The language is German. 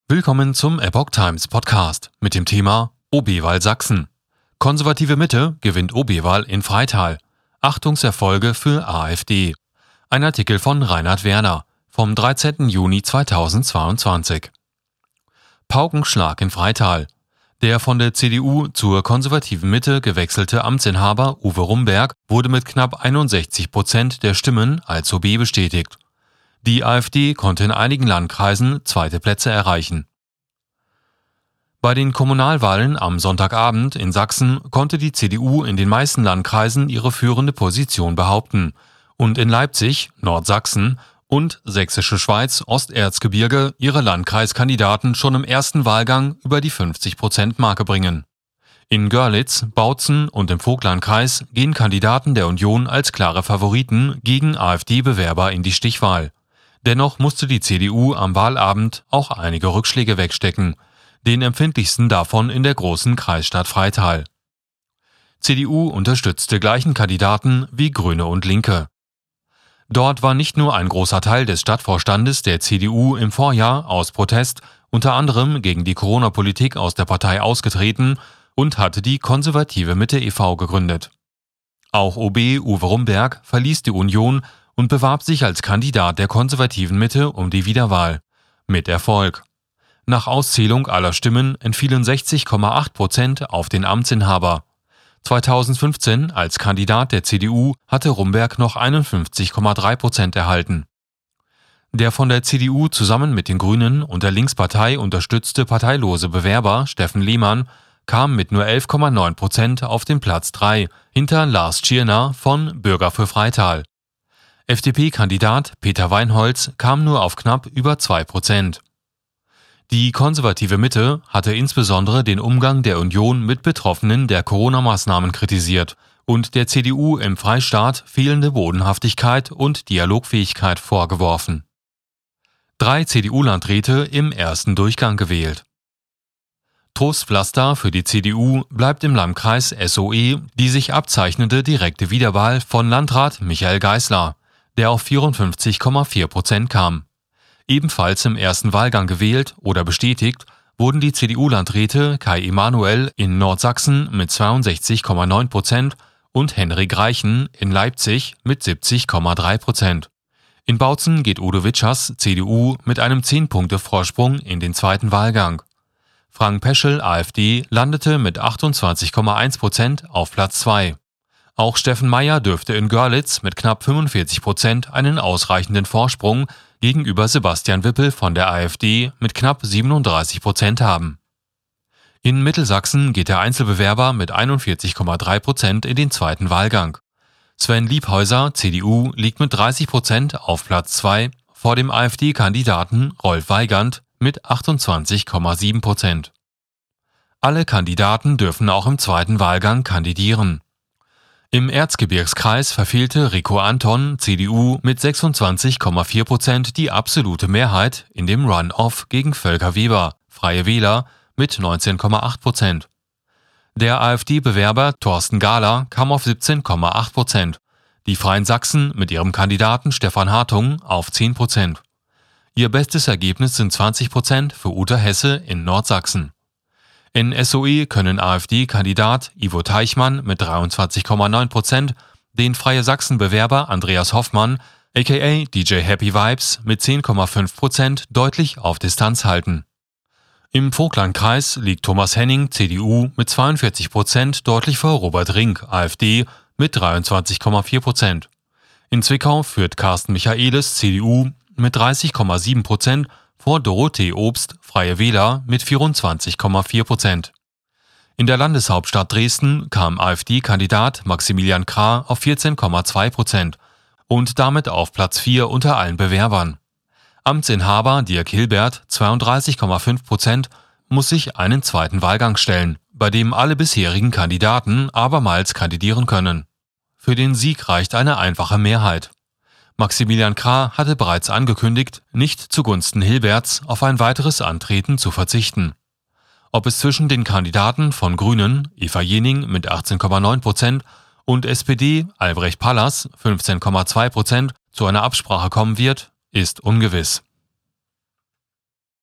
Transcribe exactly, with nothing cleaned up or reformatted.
Willkommen zum Epoch Times Podcast mit dem Thema O B-Wahl Sachsen. Konservative Mitte gewinnt O B-Wahl in Freital. Achtungserfolge für AfD. Ein Artikel von Reinhard Werner vom dreizehnten Juni zweitausendzweiundzwanzig. Paukenschlag in Freital. Der von der C D U zur konservativen Mitte gewechselte Amtsinhaber Uwe Rumberg wurde mit knapp einundsechzig Prozent der Stimmen als O B bestätigt. Die AfD konnte in einigen Landkreisen zweite Plätze erreichen. Bei den Kommunalwahlen am Sonntagabend in Sachsen konnte die C D U in den meisten Landkreisen ihre führende Position behaupten und in Leipzig, Nordsachsen und Sächsische Schweiz, Osterzgebirge ihre Landkreiskandidaten schon im ersten Wahlgang über die fünfzig Prozent Marke bringen. In Görlitz, Bautzen und im Vogtlandkreis gehen Kandidaten der Union als klare Favoriten gegen AfD-Bewerber in die Stichwahl. Dennoch musste die C D U am Wahlabend auch einige Rückschläge wegstecken, den empfindlichsten davon in der großen Kreisstadt Freital. C D U unterstützte gleichen Kandidaten wie Grüne und Linke. Dort war nicht nur ein großer Teil des Stadtvorstandes der C D U im Vorjahr aus Protest unter anderem gegen die Corona-Politik aus der Partei ausgetreten und hatte die Konservative Mitte e V gegründet. Auch O B Uwe Rumberg verließ die Union und bewarb sich als Kandidat der konservativen Mitte um die Wiederwahl. Mit Erfolg. Nach Auszählung aller Stimmen entfielen sechzig Komma acht Prozent auf den Amtsinhaber. zweitausendfünfzehn als Kandidat der C D U hatte Rumberg noch einundfünfzig Komma drei Prozent erhalten. Der von der C D U zusammen mit den Grünen und der Linkspartei unterstützte parteilose Bewerber Steffen Lehmann kam mit nur elf Komma neun Prozent auf den Platz drei hinter Lars Tschirner von Bürger für Freital. F D P-Kandidat Peter Weinholz kam nur auf knapp über zwei Prozent. Die konservative Mitte hatte insbesondere den Umgang der Union mit Betroffenen der Corona-Maßnahmen kritisiert und der C D U im Freistaat fehlende Bodenhaftigkeit und Dialogfähigkeit vorgeworfen. Drei C D U-Landräte im ersten Durchgang gewählt. Trostpflaster für die C D U bleibt im Landkreis S O E die sich abzeichnende direkte Wiederwahl von Landrat Michael Geisler, der auf vierundfünfzig Komma vier Prozent kam. Ebenfalls im ersten Wahlgang gewählt oder bestätigt wurden die C D U-Landräte Kai Emanuel in Nordsachsen mit zweiundsechzig Komma neun Prozent und Henrik Reichen in Leipzig mit siebzig Komma drei Prozent. In Bautzen geht Udo Witschers C D U mit einem zehn Punkte Vorsprung in den zweiten Wahlgang. Frank Peschel AfD landete mit achtundzwanzig Komma eins Prozent auf Platz zwei. Auch Steffen Meyer dürfte in Görlitz mit knapp fünfundvierzig Prozent einen ausreichenden Vorsprung gegenüber Sebastian Wippel von der AfD mit knapp siebenunddreißig Prozent haben. In Mittelsachsen geht der Einzelbewerber mit einundvierzig Komma drei Prozent in den zweiten Wahlgang. Sven Liebhäuser, C D U, liegt mit dreißig Prozent auf Platz zwei vor dem AfD-Kandidaten Rolf Weigand mit achtundzwanzig Komma sieben Prozent. Alle Kandidaten dürfen auch im zweiten Wahlgang kandidieren. Im Erzgebirgskreis verfehlte Rico Anton, C D U, mit sechsundzwanzig Komma vier Prozent die absolute Mehrheit in dem Run-Off gegen Volker Weber, Freie Wähler, mit neunzehn Komma acht Prozent. Der AfD-Bewerber Thorsten Gahler kam auf siebzehn Komma acht Prozent, die Freien Sachsen mit ihrem Kandidaten Stefan Hartung auf zehn Prozent. Ihr bestes Ergebnis sind zwanzig Prozent für Uta Hesse in Nordsachsen. In S O E können AfD-Kandidat Ivo Teichmann mit dreiundzwanzig Komma neun Prozent den Freie Sachsen-Bewerber Andreas Hoffmann, aka D J Happy Vibes, mit zehn Komma fünf Prozent deutlich auf Distanz halten. Im Vogtlandkreis liegt Thomas Henning, C D U, mit zweiundvierzig Prozent deutlich vor Robert Rink, AfD, mit dreiundzwanzig Komma vier Prozent. In Zwickau führt Carsten Michaelis, C D U, mit dreißig Komma sieben Prozent vor Dorothee Obst, Freie Wähler, mit vierundzwanzig Komma vier Prozent. In der Landeshauptstadt Dresden kam AfD-Kandidat Maximilian Krah auf vierzehn Komma zwei Prozent und damit auf Platz vier unter allen Bewerbern. Amtsinhaber Dirk Hilbert, zweiunddreißig Komma fünf Prozent, muss sich einen zweiten Wahlgang stellen, bei dem alle bisherigen Kandidaten abermals kandidieren können. Für den Sieg reicht eine einfache Mehrheit. Maximilian Krah hatte bereits angekündigt, nicht zugunsten Hilberts auf ein weiteres Antreten zu verzichten. Ob es zwischen den Kandidaten von Grünen, Eva Jening mit achtzehn Komma neun Prozent und S P D Albrecht Pallas fünfzehn Komma zwei Prozent zu einer Absprache kommen wird, ist ungewiss.